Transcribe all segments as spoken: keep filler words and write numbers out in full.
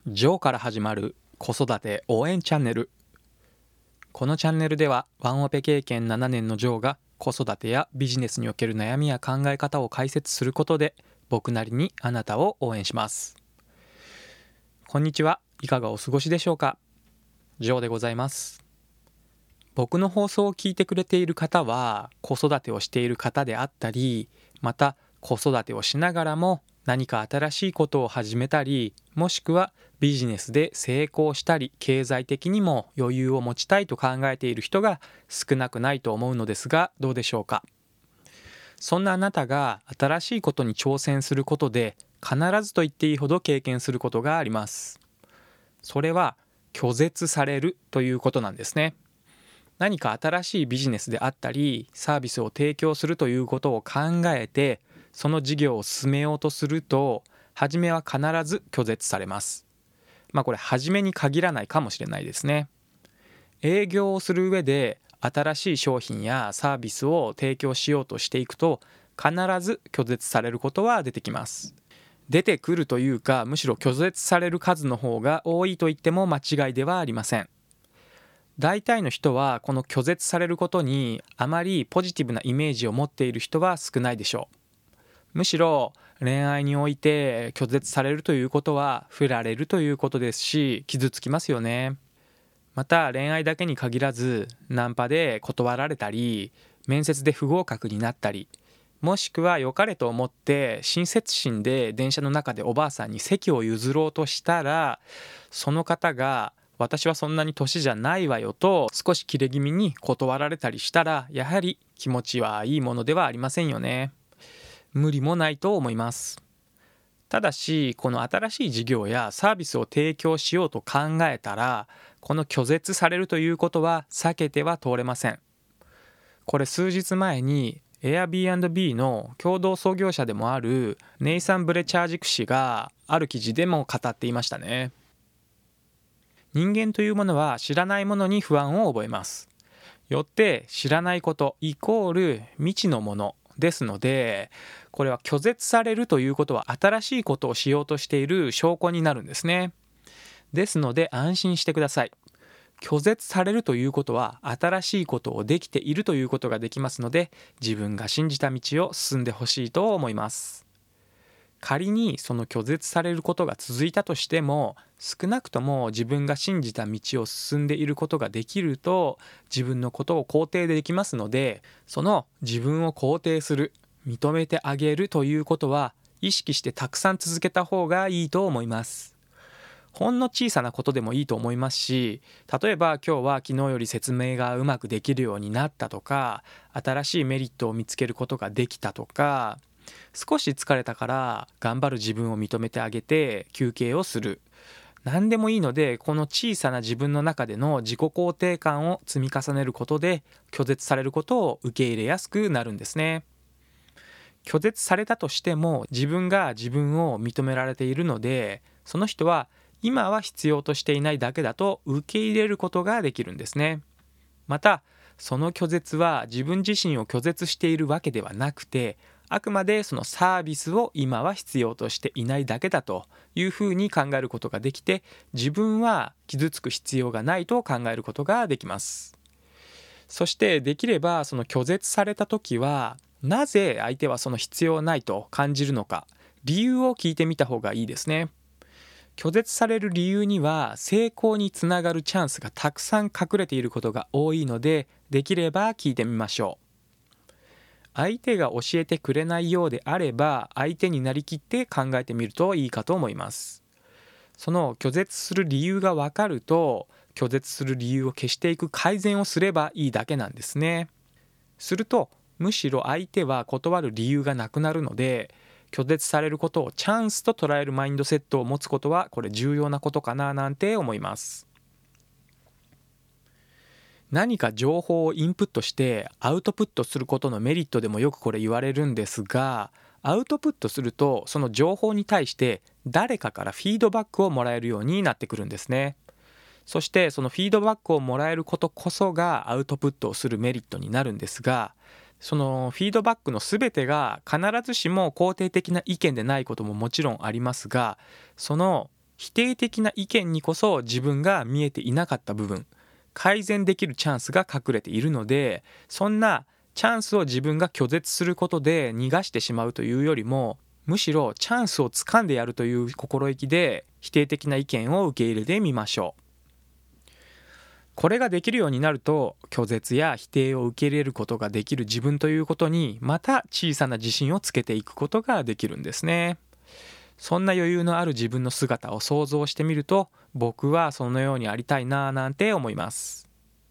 ジョーから始まる子育て応援チャンネル。このチャンネルではワンオペ経験ななねんのジョーが子育てやビジネスにおける悩みや考え方を解説することで僕なりにあなたを応援します。こんにちは、いかがお過ごしでしょうか。ジョーでございます。僕の放送を聞いてくれている方は子育てをしている方であったり、また子育てをしながらも何か新しいことを始めたり、もしくはビジネスで成功したり、経済的にも余裕を持ちたいと考えている人が少なくないと思うのですが、どうでしょうか。そんなあなたが新しいことに挑戦することで必ずと言っていいほど経験することがあります。それは拒絶されるということなんですね。何か新しいビジネスであったりサービスを提供するということを考えて、その事業を進めようとすると、初めは必ず拒絶されます。まあこれ初めに限らないかもしれないですね。営業をする上で新しい商品やサービスを提供しようとしていくと、必ず拒絶されることは出てきます。出てくるというか、むしろ拒絶される数の方が多いと言っても間違いではありません。大体の人はこの拒絶されることにあまりポジティブなイメージを持っている人は少ないでしょう。むしろ恋愛において拒絶されるということは振られるということですし、傷つきますよね。また恋愛だけに限らず、ナンパで断られたり、面接で不合格になったり、もしくは良かれと思って親切心で電車の中でおばあさんに席を譲ろうとしたら、その方が私はそんなに年じゃないわよと少しキレ気味に断られたりしたら、やはり気持ちはいいものではありませんよね。無理もないと思います。ただし、この新しい事業やサービスを提供しようと考えたら、この拒絶されるということは避けては通れません。これ数日前に Airbnb の共同創業者でもあるネイサン・ブレチャージク氏がある記事でも語っていましたね。人間というものは知らないものに不安を覚えます。よって知らないことイコール未知のものですので、これは拒絶されるということは新しいことをしようとしている証拠になるんですね。ですので安心してください。拒絶されるということは新しいことをできているということができますので、自分が信じた道を進んでほしいと思います。仮にその拒絶されることが続いたとしても、少なくとも自分が信じた道を進んでいることができると、自分のことを肯定できますので、その自分を肯定する、認めてあげるということは意識してたくさん続けた方がいいと思います。ほんの小さなことでもいいと思いますし、例えば今日は昨日より説明がうまくできるようになったとか、新しいメリットを見つけることができたとか、少し疲れたから頑張る自分を認めてあげて休憩をする、何でもいいので、この小さな自分の中での自己肯定感を積み重ねることで拒絶されることを受け入れやすくなるんですね。拒絶されたとしても自分が自分を認められているので、その人は今は必要としていないだけだと受け入れることができるんですね。またその拒絶は自分自身を拒絶しているわけではなくて、あくまでそのサービスを今は必要としていないだけだというふうに考えることができて、自分は傷つく必要がないと考えることができます。そしてできればその拒絶された時は、なぜ相手はその必要ないと感じるのか、理由を聞いてみた方がいいですね。拒絶される理由には成功につながるチャンスがたくさん隠れていることが多いので、できれば聞いてみましょう。相手が教えてくれないようであれば、相手になりきって考えてみるといいかと思います。その拒絶する理由が分かると、拒絶する理由を消していく改善をすればいいだけなんですね。するとむしろ相手は断る理由がなくなるので、拒絶されることをチャンスと捉えるマインドセットを持つことは、これ重要なことかななんて思います。何か情報をインプットしてアウトプットすることのメリットでもよくこれ言われるんですが、アウトプットするとその情報に対して誰かからフィードバックをもらえるようになってくるんですね。そしてそのフィードバックをもらえることこそがアウトプットをするメリットになるんですが、そのフィードバックのすべてが必ずしも肯定的な意見でないことももちろんありますが、その否定的な意見にこそ自分が見えていなかった部分、改善できるチャンスが隠れているので、そんなチャンスを自分が拒絶することで逃がしてしまうというよりも、むしろチャンスをつかんでやるという心意気で否定的な意見を受け入れてみましょう。これができるようになると、拒絶や否定を受け入れることができる自分ということにまた小さな自信をつけていくことができるんですね。そんな余裕のある自分の姿を想像してみると、僕はそのようにありたいなぁなんて思います。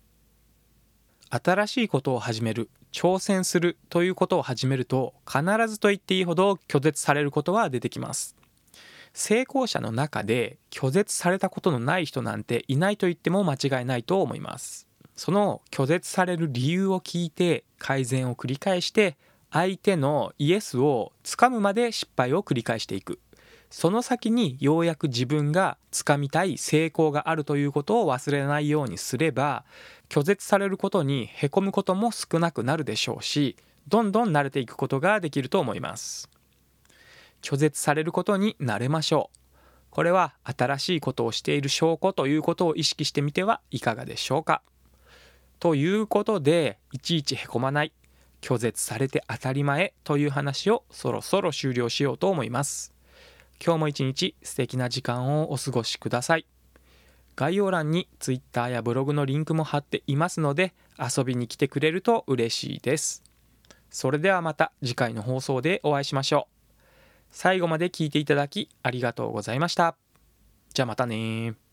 新しいことを始める、挑戦するということを始めると、必ずと言っていいほど拒絶されることは出てきます。成功者の中で拒絶されたことのない人なんていないと言っても間違いないと思います。その拒絶される理由を聞いて改善を繰り返して、相手のイエスをつかむまで失敗を繰り返していく。その先にようやく自分がつかみたい成功があるということを忘れないようにすれば、拒絶されることにへこむことも少なくなるでしょうし、どんどん慣れていくことができると思います。拒絶されることに慣れましょう。これは新しいことをしている証拠ということを意識してみてはいかがでしょうか。ということで、いちいちへこまない、拒絶されて当たり前という話をそろそろ終了しようと思います。今日も一日素敵な時間をお過ごしください。概要欄に Twitter やブログのリンクも貼っていますので、遊びに来てくれると嬉しいです。それではまた次回の放送でお会いしましょう。最後まで聞いていただきありがとうございました。じゃあまたね。